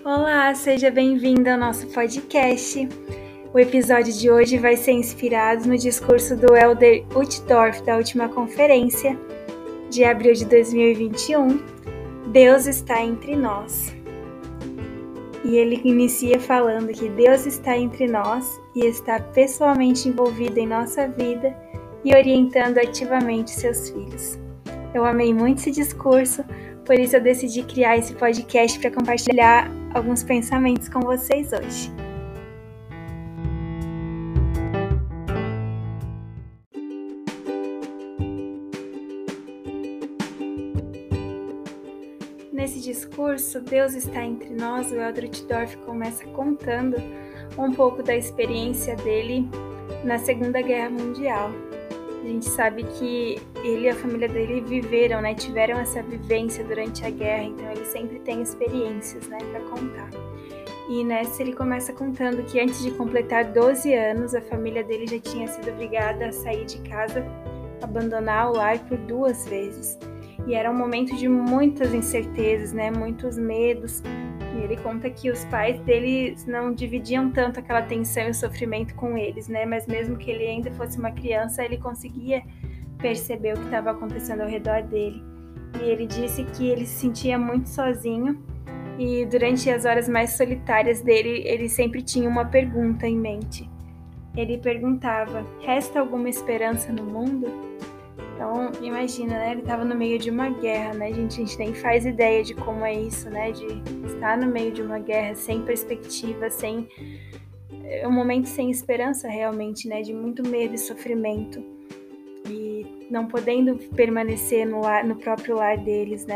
Olá, seja bem-vindo ao nosso podcast. O episódio de hoje vai ser inspirado no discurso do Elder Uchtdorf da última conferência de abril de 2021, Deus está entre nós. E ele inicia falando que Deus está entre nós e está pessoalmente envolvido em nossa vida e orientando ativamente seus filhos. Eu amei muito esse discurso, por isso eu decidi criar esse podcast para compartilhar alguns pensamentos com vocês hoje. Nesse discurso, Deus está entre nós, o Elder Uchtdorf começa contando um pouco da experiência dele na Segunda Guerra Mundial. A gente sabe que ele e a família dele tiveram essa vivência durante a guerra, então ele sempre tem experiências, para contar. E nessa ele começa contando que antes de completar 12 anos, a família dele já tinha sido obrigada a sair de casa, abandonar o lar por 2 vezes. E era um momento de muitas incertezas, muitos medos. E ele conta que os pais dele não dividiam tanto aquela tensão e o sofrimento com eles, mas mesmo que ele ainda fosse uma criança, ele conseguia perceber o que estava acontecendo ao redor dele. E ele disse que ele se sentia muito sozinho e durante as horas mais solitárias dele, ele sempre tinha uma pergunta em mente. Ele perguntava: resta alguma esperança no mundo? Então, imagina, ele estava no meio de uma guerra, A gente nem faz ideia de como é isso, de estar no meio de uma guerra sem perspectiva, um momento sem esperança realmente, de muito medo e sofrimento. E não podendo permanecer no próprio lar deles,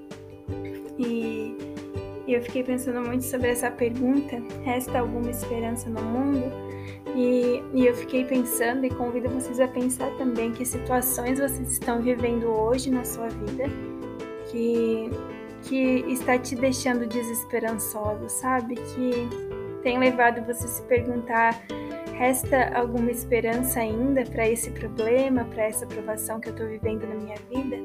E eu fiquei pensando muito sobre essa pergunta, resta alguma esperança no mundo? E eu fiquei pensando e convido vocês a pensar também que situações vocês estão vivendo hoje na sua vida que está te deixando desesperançoso, Que tem levado você a se perguntar: resta alguma esperança ainda para esse problema, para essa provação que eu estou vivendo na minha vida?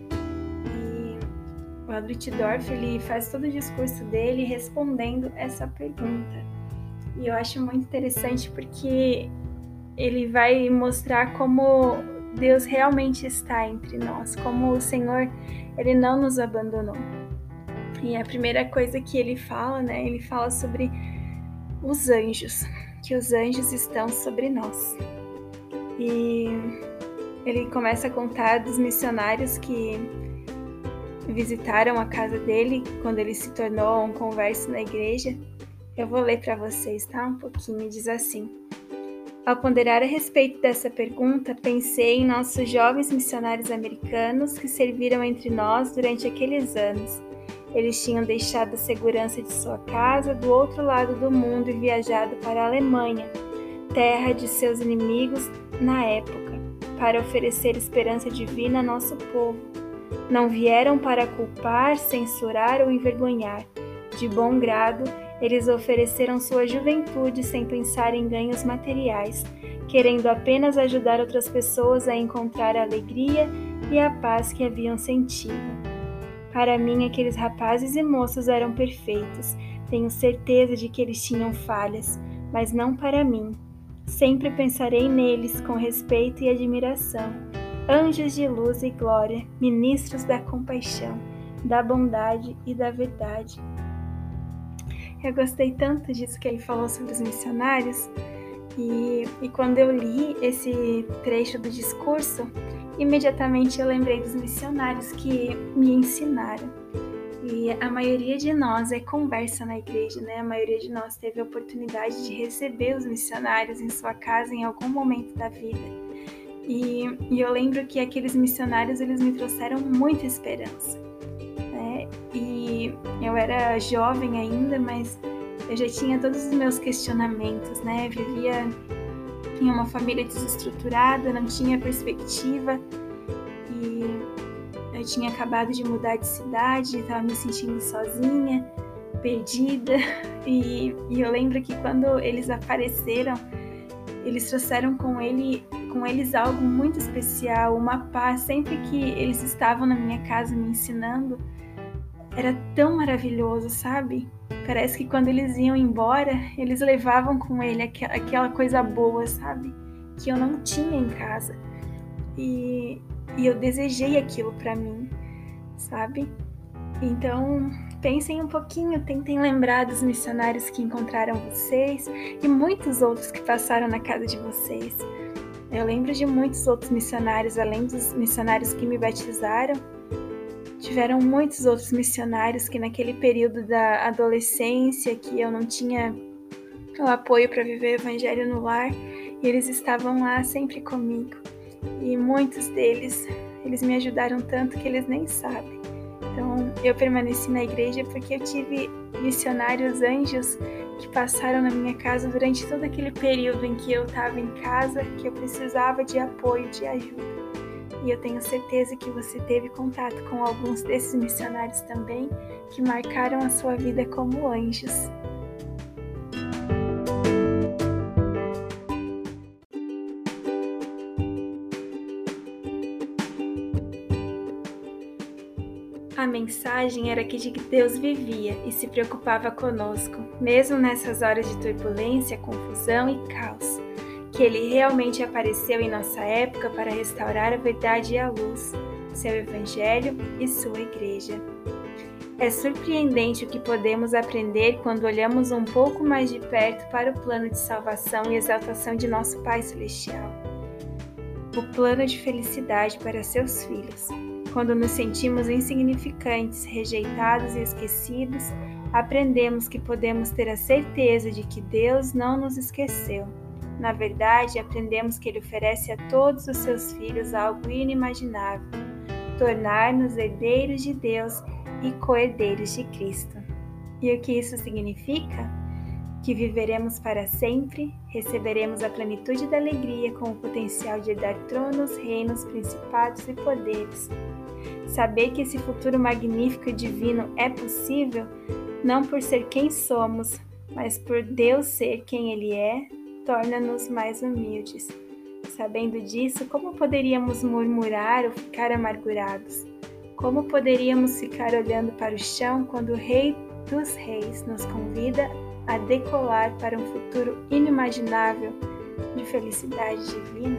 E o Elder Uchtdorf, ele faz todo o discurso dele respondendo essa pergunta. E eu acho muito interessante porque ele vai mostrar como Deus realmente está entre nós, como o Senhor, ele não nos abandonou. E a primeira coisa que ele fala, ele fala sobre os anjos, que os anjos estão sobre nós. E ele começa a contar dos missionários que visitaram a casa dele quando ele se tornou um converso na igreja. Eu vou ler para vocês, um pouquinho, diz assim: ao ponderar a respeito dessa pergunta, pensei em nossos jovens missionários americanos que serviram entre nós durante aqueles anos. Eles tinham deixado a segurança de sua casa do outro lado do mundo e viajado para a Alemanha, terra de seus inimigos na época, para oferecer esperança divina a nosso povo. Não vieram para culpar, censurar ou envergonhar. De bom grado, eles ofereceram sua juventude sem pensar em ganhos materiais, querendo apenas ajudar outras pessoas a encontrar a alegria e a paz que haviam sentido. Para mim, aqueles rapazes e moços eram perfeitos. Tenho certeza de que eles tinham falhas, mas não para mim. Sempre pensarei neles com respeito e admiração. Anjos de luz e glória, ministros da compaixão, da bondade e da verdade. Eu gostei tanto disso que ele falou sobre os missionários e quando eu li esse trecho do discurso, imediatamente eu lembrei dos missionários que me ensinaram. E a maioria de nós é conversa na igreja, A maioria de nós teve a oportunidade de receber os missionários em sua casa em algum momento da vida. E eu lembro que aqueles missionários, eles me trouxeram muita esperança. E eu era jovem ainda, mas eu já tinha todos os meus questionamentos, Vivia em uma família desestruturada, não tinha perspectiva e eu tinha acabado de mudar de cidade, estava me sentindo sozinha, perdida. E eu lembro que quando eles apareceram, eles trouxeram com eles algo muito especial, uma paz. Sempre que eles estavam na minha casa me ensinando, era tão maravilhoso, sabe? Parece que quando eles iam embora, eles levavam com ele aquela coisa boa, sabe? Que eu não tinha em casa. E eu desejei aquilo para mim, sabe? Então, pensem um pouquinho, tentem lembrar dos missionários que encontraram vocês e muitos outros que passaram na casa de vocês. Eu lembro de muitos outros missionários, além dos missionários que me batizaram. Tiveram muitos outros missionários que naquele período da adolescência, que eu não tinha o apoio para viver o evangelho no lar, e eles estavam lá sempre comigo. E muitos deles, eles me ajudaram tanto que eles nem sabem. Então, eu permaneci na igreja porque eu tive missionários anjos que passaram na minha casa durante todo aquele período em que eu estava em casa, que eu precisava de apoio, de ajuda. E eu tenho certeza que você teve contato com alguns desses missionários também, que marcaram a sua vida como anjos. A mensagem era que Deus vivia e se preocupava conosco, mesmo nessas horas de turbulência, confusão e caos. Que Ele realmente apareceu em nossa época para restaurar a verdade e a luz, seu Evangelho e sua Igreja. É surpreendente o que podemos aprender quando olhamos um pouco mais de perto para o plano de salvação e exaltação de nosso Pai Celestial. O plano de felicidade para seus filhos. Quando nos sentimos insignificantes, rejeitados e esquecidos, aprendemos que podemos ter a certeza de que Deus não nos esqueceu. Na verdade, aprendemos que Ele oferece a todos os seus filhos algo inimaginável: tornar-nos herdeiros de Deus e co-herdeiros de Cristo. E o que isso significa? Que viveremos para sempre, receberemos a plenitude da alegria com o potencial de herdar tronos, reinos, principados e poderes. Saber que esse futuro magnífico e divino é possível, não por ser quem somos, mas por Deus ser quem Ele é, torna-nos mais humildes. Sabendo disso, como poderíamos murmurar ou ficar amargurados? Como poderíamos ficar olhando para o chão quando o Rei dos Reis nos convida a decolar para um futuro inimaginável de felicidade divina?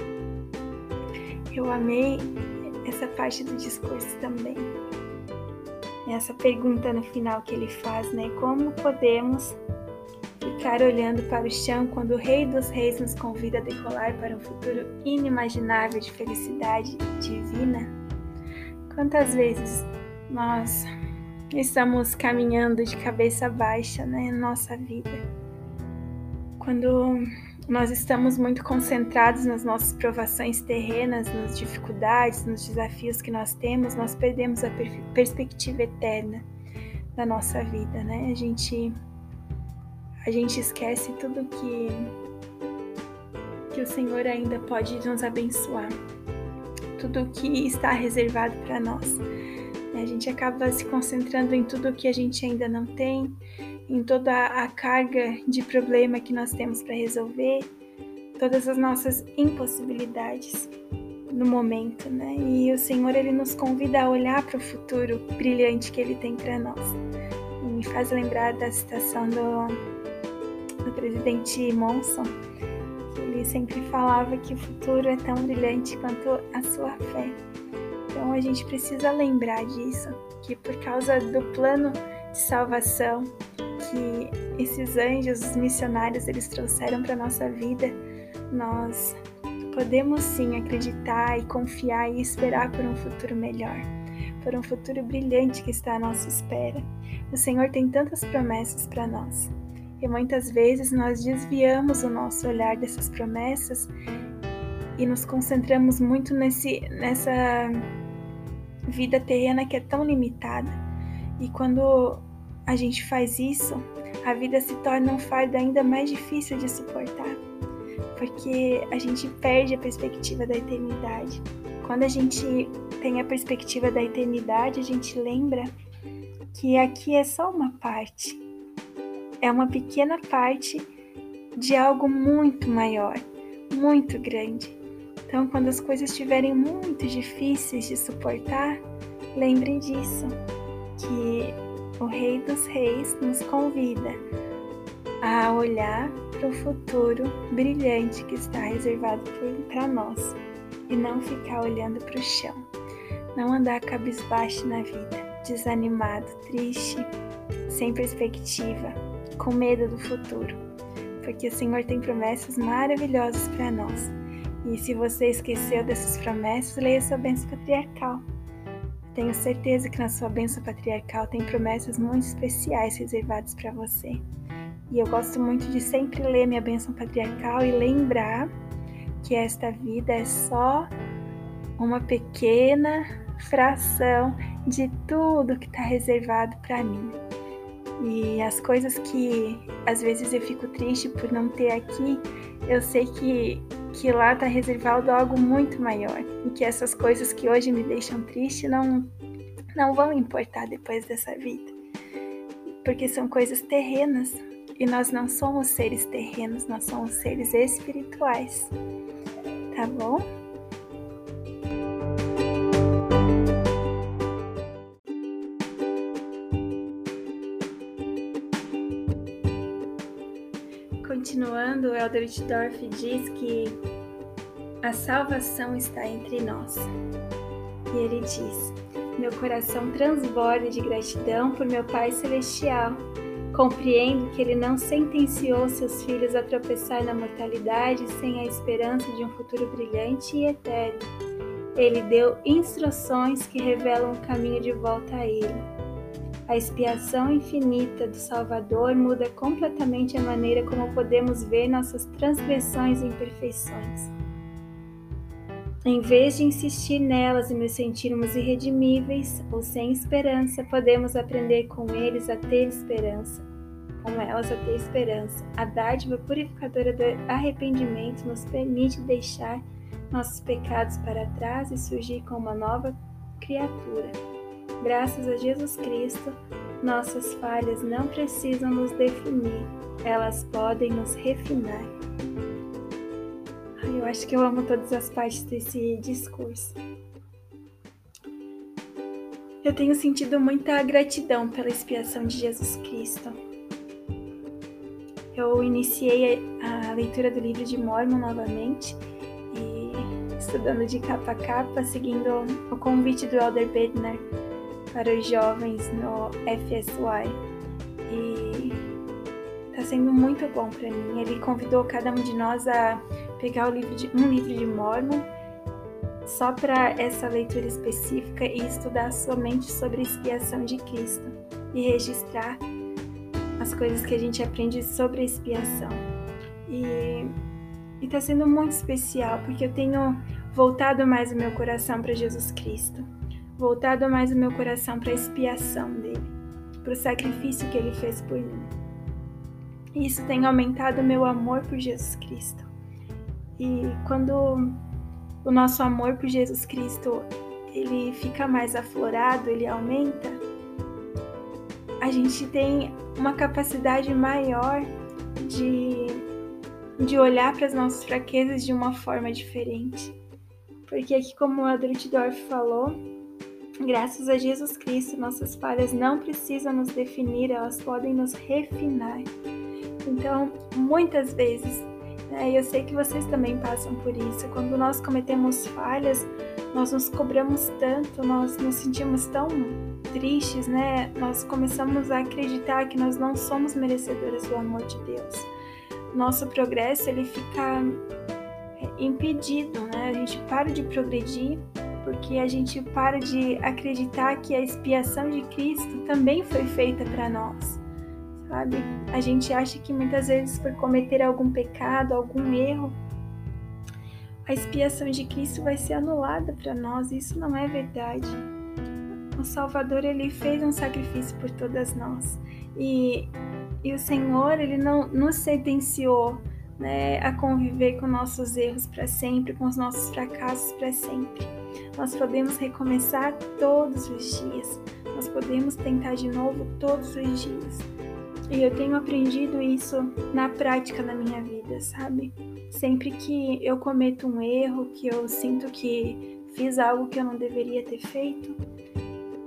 Eu amei essa parte do discurso também. Essa pergunta no final que ele faz, né? Como podemos ficar olhando para o chão quando o Rei dos Reis nos convida a decolar para um futuro inimaginável de felicidade divina? Quantas vezes nós estamos caminhando de cabeça baixa, né, na nossa vida? Quando nós estamos muito concentrados nas nossas provações terrenas, nas dificuldades, nos desafios que nós temos, nós perdemos a perspectiva eterna da nossa vida, né? A gente esquece tudo que o Senhor ainda pode nos abençoar, tudo que está reservado para nós. A gente acaba se concentrando em tudo que a gente ainda não tem, em toda a carga de problema que nós temos para resolver, todas as nossas impossibilidades no momento, né? E o Senhor, Ele nos convida a olhar para o futuro brilhante que Ele tem para nós. E me faz lembrar da citação do presidente Monson, que ele sempre falava que o futuro é tão brilhante quanto a sua fé. Então a gente precisa lembrar disso, que por causa do plano de salvação que esses anjos, os missionários, eles trouxeram para a nossa vida, nós podemos sim acreditar e confiar e esperar por um futuro melhor, por um futuro brilhante que está à nossa espera. O Senhor tem tantas promessas para nós e muitas vezes nós desviamos o nosso olhar dessas promessas e nos concentramos muito nessa vida terrena que é tão limitada. E quando a gente faz isso, a vida se torna um fardo ainda mais difícil de suportar, porque a gente perde a perspectiva da eternidade. Quando a gente tem a perspectiva da eternidade, a gente lembra que aqui é só uma parte, é uma pequena parte de algo muito maior, muito grande. Então, quando as coisas estiverem muito difíceis de suportar, lembrem disso. que o Rei dos Reis nos convida a olhar para o futuro brilhante que está reservado para nós e não ficar olhando para o chão, não andar cabisbaixo na vida, desanimado, triste, sem perspectiva, com medo do futuro, porque o Senhor tem promessas maravilhosas para nós. E se você esqueceu dessas promessas, leia sua bênção patriarcal. Tenho certeza que na sua bênção patriarcal tem promessas muito especiais reservadas para você. E eu gosto muito de sempre ler minha bênção patriarcal e lembrar que esta vida é só uma pequena fração de tudo que está reservado para mim. E as coisas que às vezes eu fico triste por não ter aqui, eu sei que lá está reservado algo muito maior. E que essas coisas que hoje me deixam triste não vão importar depois dessa vida. Porque são coisas terrenas. E nós não somos seres terrenos, nós somos seres espirituais. Tá bom? Continuando, o Elder Wittdorf diz que a salvação está entre nós. E ele diz: meu coração transborda de gratidão por meu Pai Celestial. Compreendo que Ele não sentenciou seus filhos a tropeçar na mortalidade sem a esperança de um futuro brilhante e eterno. Ele deu instruções que revelam o caminho de volta a Ele. A expiação infinita do Salvador muda completamente a maneira como podemos ver nossas transgressões e imperfeições. Em vez de insistir nelas e nos sentirmos irredimíveis ou sem esperança, podemos aprender com eles a ter esperança. Com elas a ter esperança. A dádiva purificadora do arrependimento nos permite deixar nossos pecados para trás e surgir como uma nova criatura. Graças a Jesus Cristo, nossas falhas não precisam nos definir, elas podem nos refinar. Eu acho que eu amo todas as partes desse discurso. Eu tenho sentido muita gratidão pela expiação de Jesus Cristo. Eu iniciei a leitura do livro de Mórmon novamente e estudando de capa a capa, seguindo o convite do Elder Bednar para os jovens no FSY. E está sendo muito bom para mim. Ele convidou cada um de nós a pegar um livro de Mórmon só para essa leitura específica e estudar somente sobre a expiação de Cristo e registrar as coisas que a gente aprende sobre a expiação. E está sendo muito especial porque eu tenho voltado mais o meu coração para Jesus Cristo, voltado mais o meu coração para a expiação dele, para o sacrifício que ele fez por mim. E isso tem aumentado o meu amor por Jesus Cristo. E quando o nosso amor por Jesus Cristo ele fica mais aflorado, ele aumenta, a gente tem uma capacidade maior de olhar para as nossas fraquezas de uma forma diferente. Porque aqui, como o Elder Wittdorf falou, graças a Jesus Cristo, nossas falhas não precisam nos definir, elas podem nos refinar. Então, muitas vezes, eu sei que vocês também passam por isso. Quando nós cometemos falhas, nós nos cobramos tanto, nós nos sentimos tão tristes, Nós começamos a acreditar que nós não somos merecedoras do amor de Deus. Nosso progresso, ele fica impedido, A gente para de progredir porque a gente para de acreditar que a expiação de Cristo também foi feita para nós. Sabe? A gente acha que muitas vezes por cometer algum pecado, algum erro, a expiação de Cristo vai ser anulada para nós. Isso não é verdade. O Salvador, ele fez um sacrifício por todas nós. E o Senhor, ele não nos sentenciou, a conviver com nossos erros para sempre, com os nossos fracassos para sempre. Nós podemos recomeçar todos os dias. Nós podemos tentar de novo todos os dias. E eu tenho aprendido isso na prática na minha vida, sabe? Sempre que eu cometo um erro, que eu sinto que fiz algo que eu não deveria ter feito,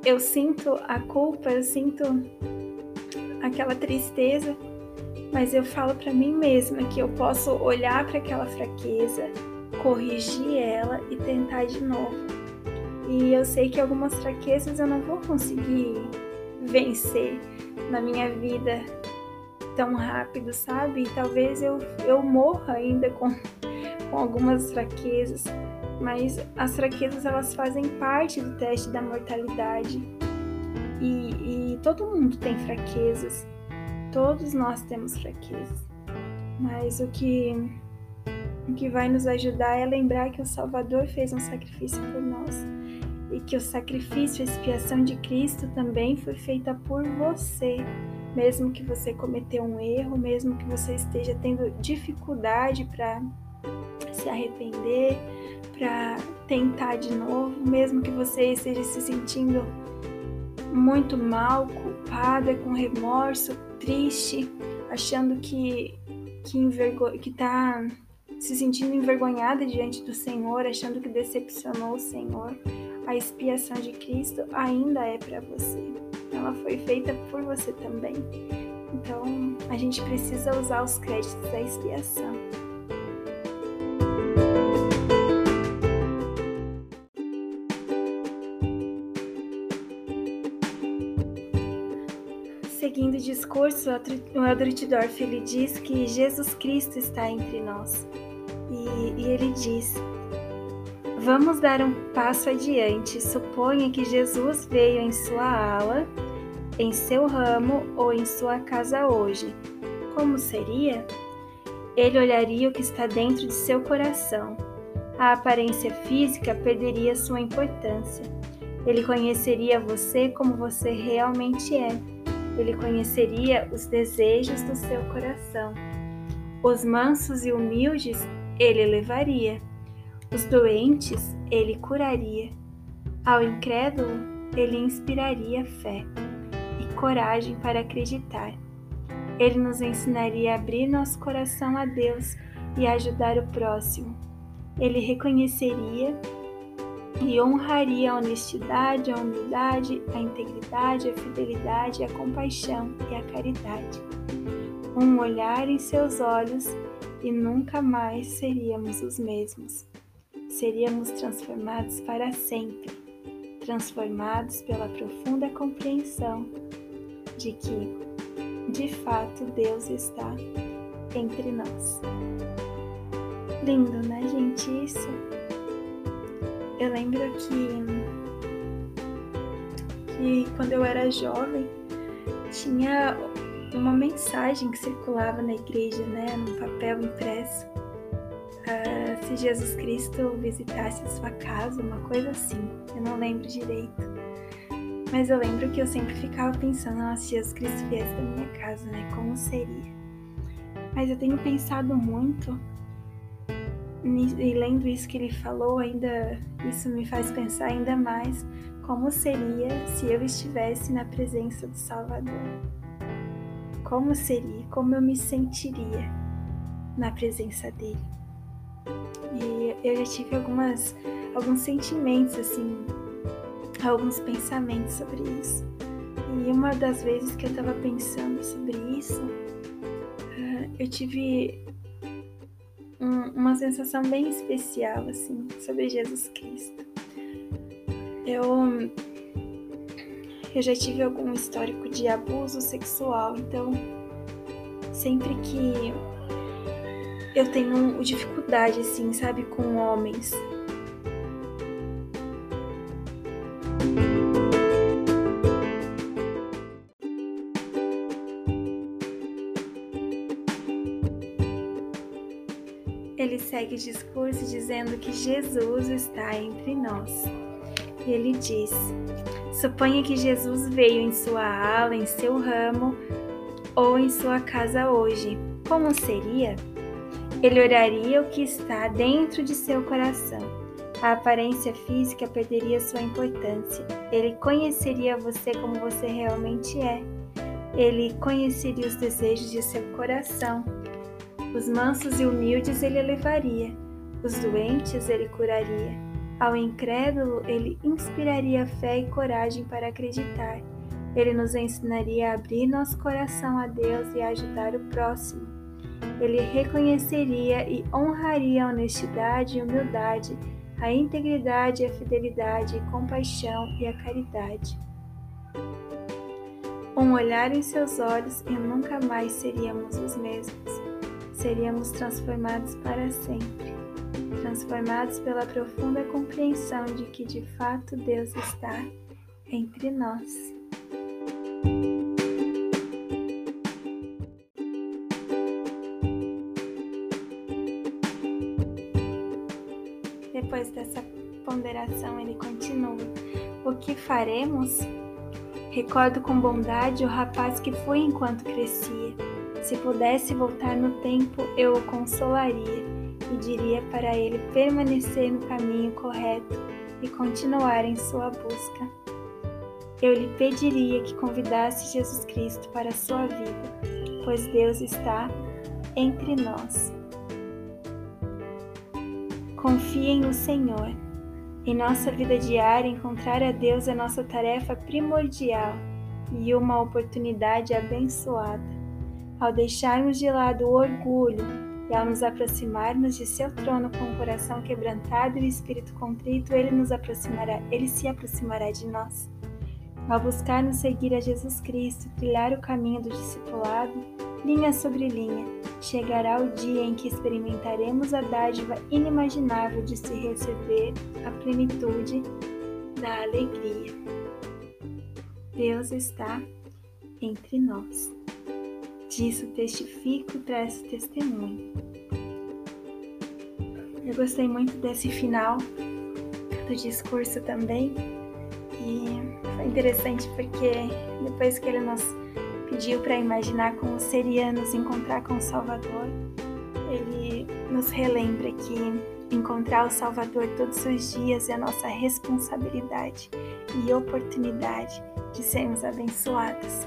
eu sinto a culpa, eu sinto aquela tristeza, mas eu falo para mim mesma que eu posso olhar para aquela fraqueza, corrigir ela e tentar de novo. E eu sei que algumas fraquezas eu não vou conseguir vencer na minha vida tão rápido, sabe? E talvez eu morra ainda com algumas fraquezas, mas as fraquezas elas fazem parte do teste da mortalidade. E todo mundo tem fraquezas, todos nós temos fraquezas, mas o que vai nos ajudar é lembrar que o Salvador fez um sacrifício por nós e que o sacrifício, a expiação de Cristo também foi feita por você, mesmo que você cometeu um erro, mesmo que você esteja tendo dificuldade para se arrepender, para tentar de novo, mesmo que você esteja se sentindo muito mal, culpada, com remorso, triste, achando que está se sentindo envergonhada diante do Senhor, achando que decepcionou o Senhor, a expiação de Cristo ainda é para você. Ela foi feita por você também. Então, a gente precisa usar os créditos da expiação. Seguindo o discurso, o Eldritch Dorff ele diz que Jesus Cristo está entre nós. E ele diz: vamos dar um passo adiante. Suponha que Jesus veio em sua ala, em seu ramo ou em sua casa hoje. Como seria? Ele olharia o que está dentro de seu coração. A aparência física perderia sua importância. Ele conheceria você como você realmente é. Ele conheceria os desejos do seu coração. Os mansos e humildes, ele levaria. Os doentes, ele curaria. Ao incrédulo, ele inspiraria fé e coragem para acreditar. Ele nos ensinaria a abrir nosso coração a Deus e a ajudar o próximo. Ele reconheceria e honraria a honestidade, a humildade, a integridade, a fidelidade, a compaixão e a caridade. Um olhar em seus olhos e nunca mais seríamos os mesmos. Seríamos transformados para sempre, transformados pela profunda compreensão de que, de fato, Deus está entre nós. Lindo, né, gente? Isso. Eu lembro que quando eu era jovem, tinha uma mensagem que circulava na igreja, né, num papel impresso. Se Jesus Cristo visitasse a sua casa, uma coisa assim. Eu não lembro direito. Mas eu lembro que eu sempre ficava pensando, se Jesus Cristo viesse da minha casa, né, como seria? Mas eu tenho pensado muito e lendo isso que ele falou, ainda isso me faz pensar ainda mais como seria se eu estivesse na presença do Salvador. Como seria, como eu me sentiria na presença dele. E eu já tive alguns sentimentos, assim, alguns pensamentos sobre isso. E uma das vezes que eu estava pensando sobre isso, eu tive uma sensação bem especial, assim, sobre Jesus Cristo. Eu já tive algum histórico de abuso sexual, então sempre que eu tenho dificuldade, assim, sabe, com homens. Ele segue o discurso dizendo que Jesus está entre nós. E ele diz: suponha que Jesus veio em sua ala, em seu ramo ou em sua casa hoje. Como seria? Ele olharia o que está dentro de seu coração. A aparência física perderia sua importância. Ele conheceria você como você realmente é. Ele conheceria os desejos de seu coração. Os mansos e humildes ele elevaria. Os doentes ele curaria. Ao incrédulo, ele inspiraria fé e coragem para acreditar. Ele nos ensinaria a abrir nosso coração a Deus e a ajudar o próximo. Ele reconheceria e honraria a honestidade e humildade, a integridade, a fidelidade, a compaixão e a caridade. Um olhar em seus olhos e nunca mais seríamos os mesmos. Seríamos transformados para sempre, transformados pela profunda compreensão de que de fato Deus está entre nós. Depois dessa ponderação, ele continua: o que faremos? Recordo com bondade o rapaz que fui enquanto crescia. Se pudesse voltar no tempo, eu o consolaria e diria para ele permanecer no caminho correto e continuar em sua busca. Eu lhe pediria que convidasse Jesus Cristo para a sua vida, pois Deus está entre nós. Confiem no Senhor. Em nossa vida diária, encontrar a Deus é nossa tarefa primordial e uma oportunidade abençoada. Ao deixarmos de lado o orgulho e ao nos aproximarmos de seu trono com o coração quebrantado e o espírito contrito, ele se aproximará de nós. Ao buscarmos seguir a Jesus Cristo, trilhar o caminho do discipulado, linha sobre linha, chegará o dia em que experimentaremos a dádiva inimaginável de se receber a plenitude da alegria. Deus está entre nós. Disso testifico e presto testemunho. Eu gostei muito desse final do discurso também, e foi interessante porque depois que ele nos pediu para imaginar como seria nos encontrar com o Salvador, ele nos relembra que encontrar o Salvador todos os dias é a nossa responsabilidade e oportunidade de sermos abençoados.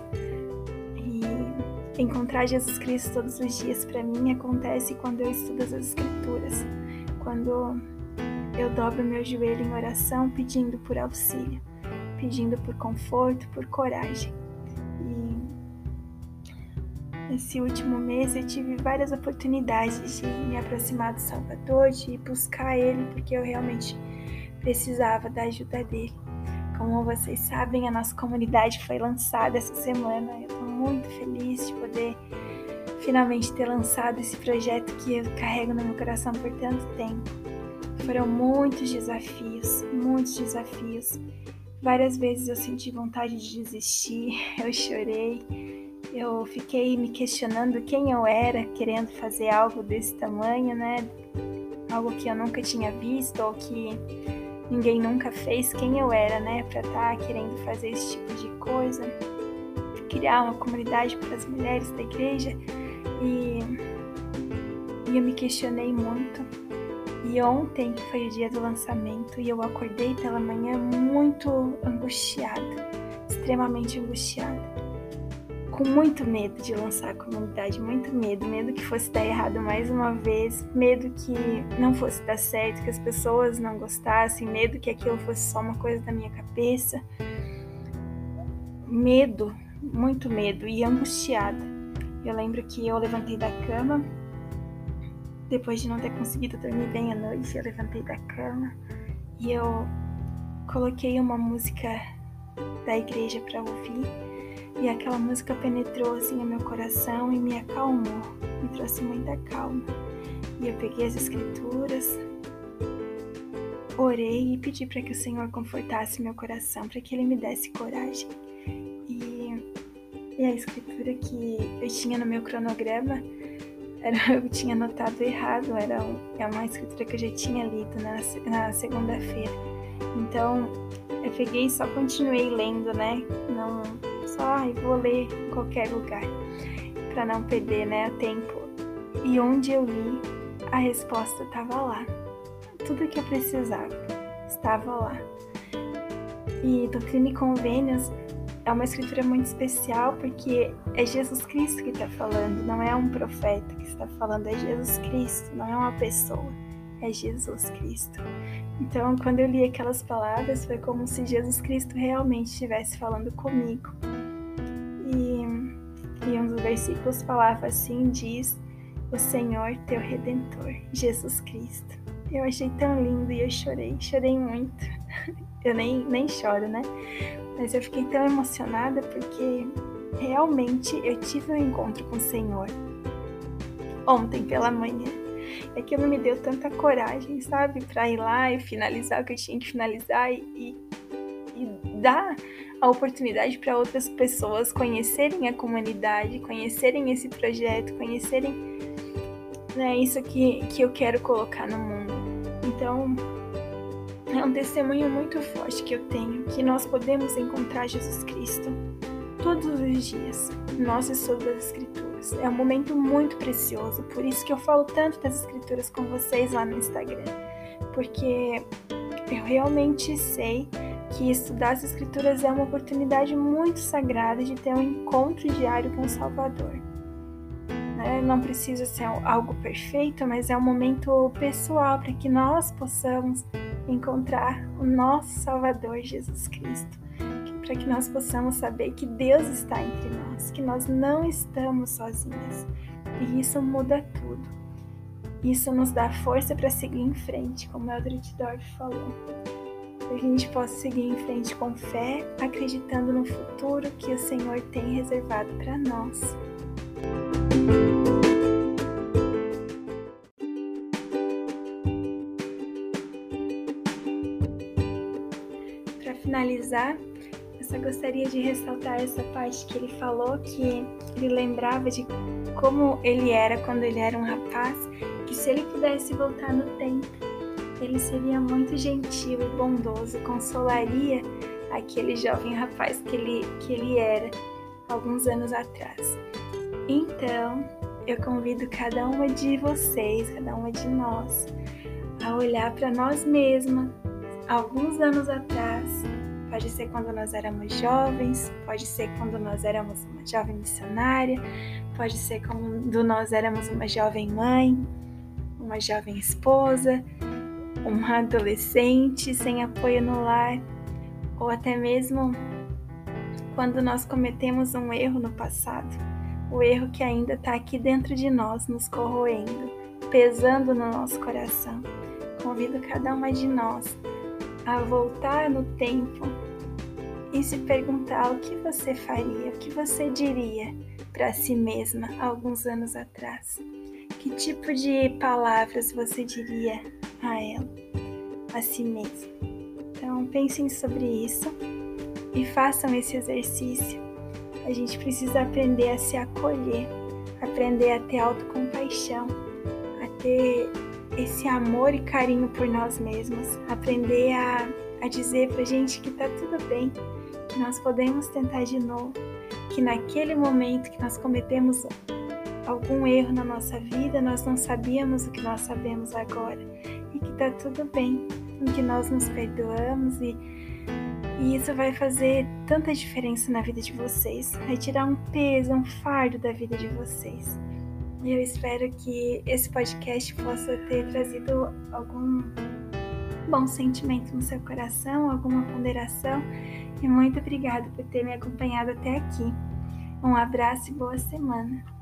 E encontrar Jesus Cristo todos os dias para mim acontece quando eu estudo as Escrituras, quando eu dobro meu joelho em oração pedindo por auxílio, pedindo por conforto, por coragem. Nesse último mês eu tive várias oportunidades de me aproximar do Salvador, de buscar Ele, porque eu realmente precisava da ajuda dele. Como vocês sabem, a nossa comunidade foi lançada essa semana. Eu estou muito feliz de poder finalmente ter lançado esse projeto que eu carrego no meu coração por tanto tempo. Foram muitos desafios. Várias vezes eu senti vontade de desistir, eu chorei. Eu fiquei me questionando quem eu era, querendo fazer algo desse tamanho, né? Algo que eu nunca tinha visto ou que ninguém nunca fez, quem eu era, né? Pra estar querendo fazer esse tipo de coisa, criar uma comunidade para as mulheres da igreja. E eu me questionei muito. E ontem foi o dia do lançamento e eu acordei pela manhã muito angustiada, extremamente angustiada. Com muito medo de lançar a comunidade, muito medo que fosse dar errado mais uma vez, medo que não fosse dar certo, que as pessoas não gostassem, medo que aquilo fosse só uma coisa da minha cabeça. Medo, muito medo e angustiada. Eu lembro que eu levantei da cama, depois de não ter conseguido dormir bem à noite, eu levantei da cama e eu coloquei uma música da igreja para ouvir. E aquela música penetrou assim no meu coração e me acalmou, me trouxe muita calma. E eu peguei as Escrituras, orei e pedi para que o Senhor confortasse meu coração, para que Ele me desse coragem. E a Escritura que eu tinha no meu cronograma, eu tinha anotado errado, é uma Escritura que eu já tinha lido na segunda-feira. Então, eu peguei e só continuei lendo, né? Não... vou ler em qualquer lugar, para não perder, né, o tempo. E onde eu li, a resposta estava lá. Tudo que eu precisava estava lá. E Doutrina e Convênios é uma escritura muito especial porque é Jesus Cristo que está falando, não é um profeta que está falando, é Jesus Cristo, não é uma pessoa, é Jesus Cristo. Então, quando eu li aquelas palavras, foi como se Jesus Cristo realmente estivesse falando comigo. E um dos versículos falava assim, diz: o Senhor teu Redentor, Jesus Cristo. Eu achei tão lindo e eu chorei muito. Eu nem choro, né? Mas eu fiquei tão emocionada porque realmente eu tive um encontro com o Senhor ontem pela manhã. Aquilo me deu tanta coragem, sabe? Pra ir lá e finalizar o que eu tinha que finalizar e dar a oportunidade para outras pessoas conhecerem a comunidade, conhecerem esse projeto, conhecerem, né, isso que eu quero colocar no mundo. Então, é um testemunho muito forte que eu tenho, que nós podemos encontrar Jesus Cristo todos os dias, nós estudos das Escrituras. É um momento muito precioso, por isso que eu falo tanto das Escrituras com vocês lá no Instagram, porque eu realmente sei que estudar as Escrituras é uma oportunidade muito sagrada de ter um encontro diário com o Salvador. Não precisa ser algo perfeito, mas é um momento pessoal para que nós possamos encontrar o nosso Salvador, Jesus Cristo. Para que nós possamos saber que Deus está entre nós, que nós não estamos sozinhos. E isso muda tudo. Isso nos dá força para seguir em frente, como o Eldred Dorff falou. Que a gente possa seguir em frente com fé, acreditando no futuro que o Senhor tem reservado para nós. Para finalizar, eu só gostaria de ressaltar essa parte que ele falou, que ele lembrava de como ele era quando ele era um rapaz, que se ele pudesse voltar no tempo, ele seria muito gentil e bondoso, consolaria aquele jovem rapaz que ele era alguns anos atrás. Então, eu convido cada uma de vocês, cada uma de nós, a olhar para nós mesmas, alguns anos atrás. Pode ser quando nós éramos jovens, pode ser quando nós éramos uma jovem missionária, pode ser quando nós éramos uma jovem mãe, uma jovem esposa, uma adolescente sem apoio no lar, ou até mesmo quando nós cometemos um erro no passado, o erro que ainda está aqui dentro de nós, nos corroendo, pesando no nosso coração. Convido cada uma de nós a voltar no tempo e se perguntar o que você faria, o que você diria para si mesma alguns anos atrás. Que tipo de palavras você diria a ela, a si mesma? Então pensem sobre isso e façam esse exercício. A gente precisa aprender a se acolher, aprender a ter autocompaixão, a ter esse amor e carinho por nós mesmos, aprender a dizer pra gente que tá tudo bem, que nós podemos tentar de novo, que naquele momento que nós cometemos algum erro na nossa vida, nós não sabíamos o que nós sabemos agora, e que tá tudo bem, e que nós nos perdoamos, e isso vai fazer tanta diferença na vida de vocês, vai tirar um peso, um fardo da vida de vocês. Eu espero que esse podcast possa ter trazido algum bom sentimento no seu coração, alguma ponderação, e muito obrigada por ter me acompanhado até aqui. Um abraço e boa semana.